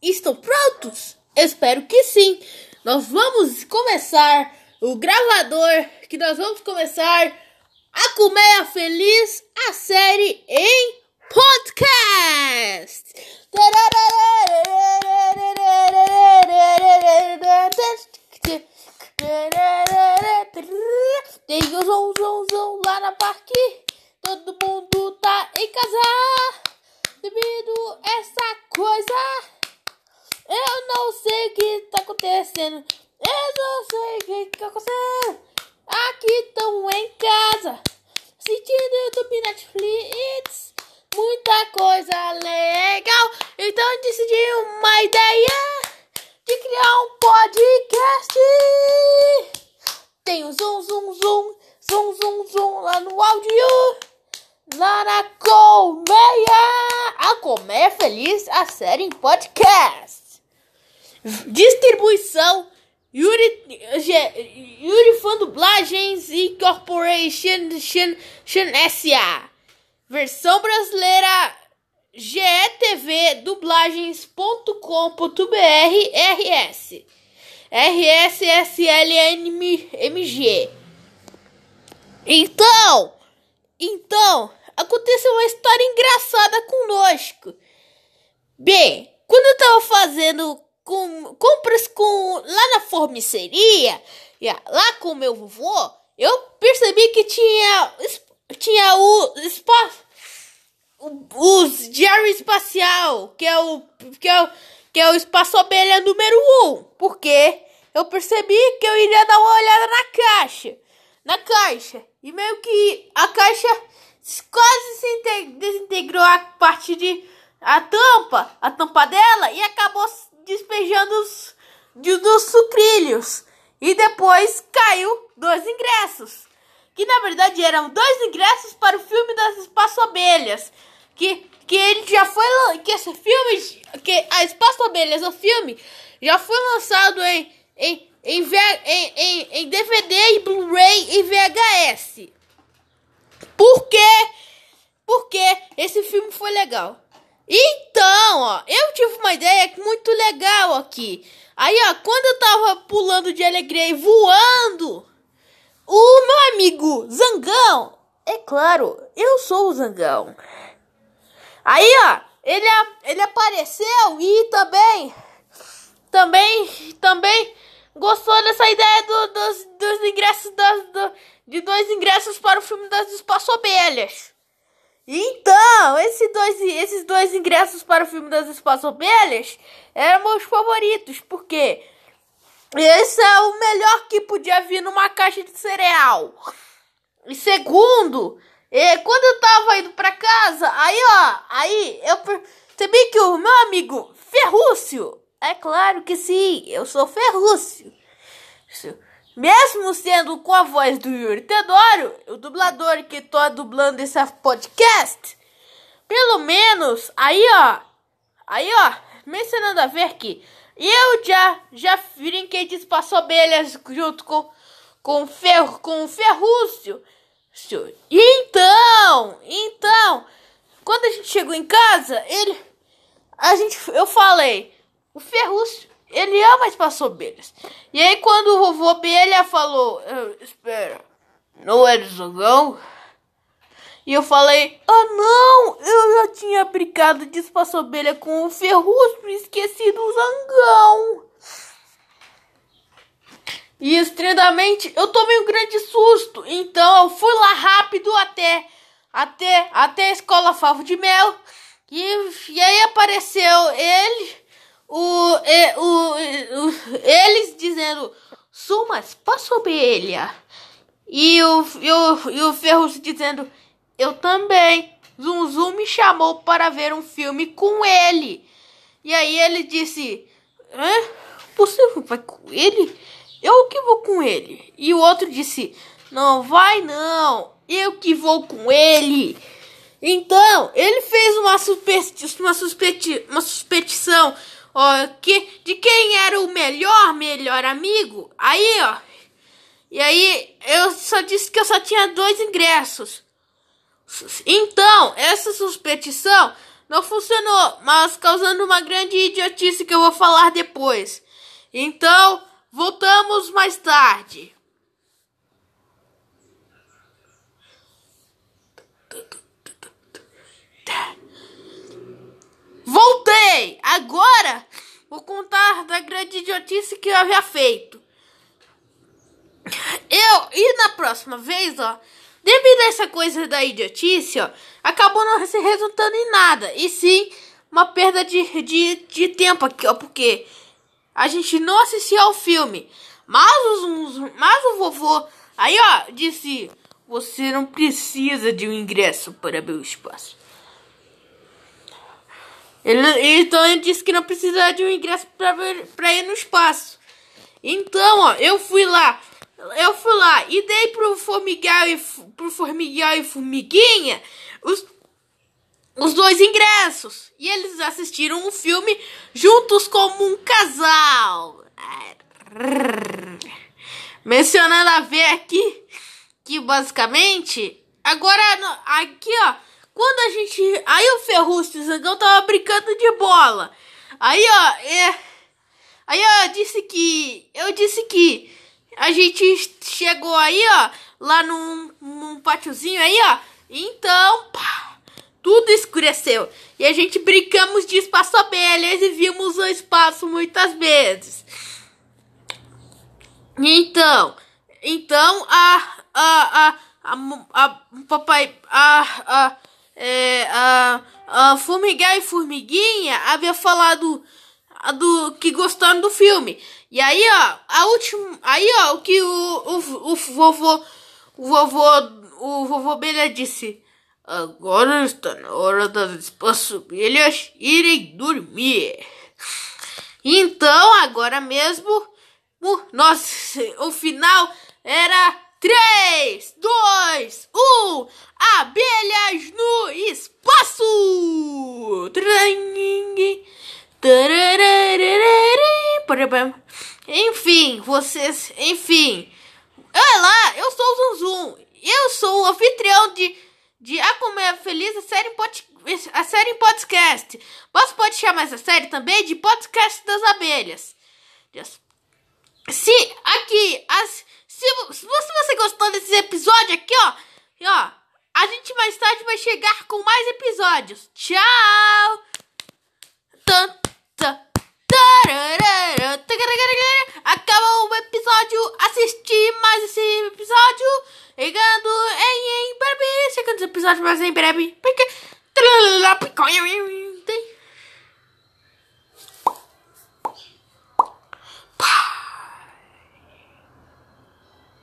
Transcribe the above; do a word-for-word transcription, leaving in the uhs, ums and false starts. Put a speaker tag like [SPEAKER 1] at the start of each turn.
[SPEAKER 1] Estão prontos? Espero que sim. Nós vamos começar o gravador, que nós vamos começar a Colmeia Feliz, a série em podcast. Tem o zum, zum, zum lá na parque. Todo mundo tá em casa devido a essa coisa. Eu não sei o que tá acontecendo. Eu não sei o que tá acontecendo. Aqui estamos em casa, assistindo YouTube, Netflix, muita coisa legal. Então decidi uma ideia de criar um podcast. Tem o zoom, zoom, zoom, zoom, zoom, zoom lá no áudio. Lá na Colmeia, a Colmeia Feliz, a série em podcast. Distribuição Yuri, Yuri Fan Dublagens Incorporation S A. Versão brasileira G E T V Dublagens ponto com ponto B R R S R S S L N M G. Então, então, aconteceu uma história engraçada conosco. Bem, quando eu tava fazendo com, compras com, lá na formiceria, lá com o meu vovô, eu percebi que tinha, tinha o espaço, os diário espacial, que é o, que é o, que é o espaço abelha número um, porque eu percebi que eu iria dar uma olhada na caixa, na caixa, e meio que a caixa quase se desintegrou a parte de a tampa, a tampa dela, e acabou despejando os, de, dos sucrilhos. E depois caiu dois ingressos, que na verdade eram dois ingressos para o filme das Espaço Abelhas, que, que ele já foi, que esse filme, que a Espaço Abelhas, o filme, já foi lançado em, em, em, em, em, em D V D, e Blu-ray e V H S. Por quê? Porque esse filme foi legal. Então, ó, eu tive uma ideia muito legal aqui. Aí, ó, quando eu tava pulando de alegria e voando, o meu amigo Zangão, é claro, eu sou o Zangão. Aí, ó, ele, ele apareceu e também, também, também gostou dessa ideia do, dos, dos ingressos, das, do, de dois ingressos para o filme das Espaço Abelhas. Então, esses dois, esses dois ingressos para o filme das Espaço Abelhas eram meus favoritos, porque esse é o melhor que podia vir numa caixa de cereal. E segundo, é, quando eu tava indo pra casa, aí ó, aí eu percebi que o meu amigo Ferrúcio, é claro que sim, eu sou Ferrúcio, mesmo sendo com a voz do Yuri Teodoro, o dublador que tô dublando esse podcast, pelo menos, aí ó, aí ó, mencionando a ver que eu já, já brinquei de Espaço Abelhas junto com, com, Fer, com o Ferrúcio. Então, então, quando a gente chegou em casa, ele, a gente, eu falei, o Ferrúcio, ele ama Espaço Abelhas. E aí quando o vovô Abelha falou, espera, não é do Zangão? E eu falei, ah não, eu já tinha brincado de Espaço Abelha com o Ferrúcio e esqueci do Zangão. E estranhamente eu tomei um grande susto. Então eu fui lá rápido até, até, até a escola Favo de Mel. E, e aí apareceu ele... O, o, o, o, eles dizendo, sou uma Espaço Abelha. E o, e o, e o Ferrúcio dizendo, eu também. Zum Zum me chamou para ver um filme com ele. E aí ele disse, hã? Você vai com ele? Eu que vou com ele. E o outro disse, não vai não, eu que vou com ele. Então ele fez uma, suspe- uma, suspe- uma suspeição, ó, que, de quem era o melhor, melhor amigo. Aí, ó. E aí, eu só disse que eu só tinha dois ingressos. Então, essa suspeição não funcionou, mas causando uma grande idiotice que eu vou falar depois. Então, voltamos mais tarde. Voltei! Agora vou contar da grande idiotice que eu havia feito. Eu, e na próxima vez, ó, devido a essa coisa da idiotice, ó, acabou não se resultando em nada. E sim, uma perda de, de, de tempo aqui, ó, porque a gente não assistiu ao filme. Mas, os, mas o vovô, aí, ó, disse: você não precisa de um ingresso para ver o espaço. Ele, então ele disse que não precisa de um ingresso para ver, para ir no espaço. Então, ó, eu fui lá. Eu fui lá e dei pro Formiguel e pro Formiguel e Formiguinha os, os dois ingressos. E eles assistiram um filme juntos como um casal. Mencionando a ver aqui que basicamente agora aqui, ó, quando a gente, aí o Ferruccio e o Zangão tava brincando de bola. Aí, ó, é, aí ó, eu disse que eu disse que a gente chegou aí, ó, lá num, num pátiozinho aí, ó. Então, pá, tudo escureceu. E a gente brincamos de espaço-abelhas e vimos o espaço muitas vezes. Então, então, a, a, a, a, a papai, a, a, é, a, a Formiguel e Formiguinha havia falado do que gostaram do filme. E aí, ó, a última, aí, ó, o que o, o, o vovô, o vovô, o vovô Abelha disse: agora está na hora das espaço-abelhas irem dormir. Então, agora mesmo, o, nossa, o final era três, dois, um, abelhas no espaço! Enfim, vocês, enfim. Olá, eu sou o Zunzum. Eu sou o anfitrião de, de A Como é Feliz, a série, em pod, a série em podcast. Você pode chamar essa série também de Podcast das Abelhas. Se aqui, as, se, se você gostou desse episódio aqui, ó, ó, a gente mais tarde vai chegar com mais episódios. Tchau! Acaba o episódio, assistir mais esse episódio, chegando em, em breve, chegando esse episódio mais em breve, porque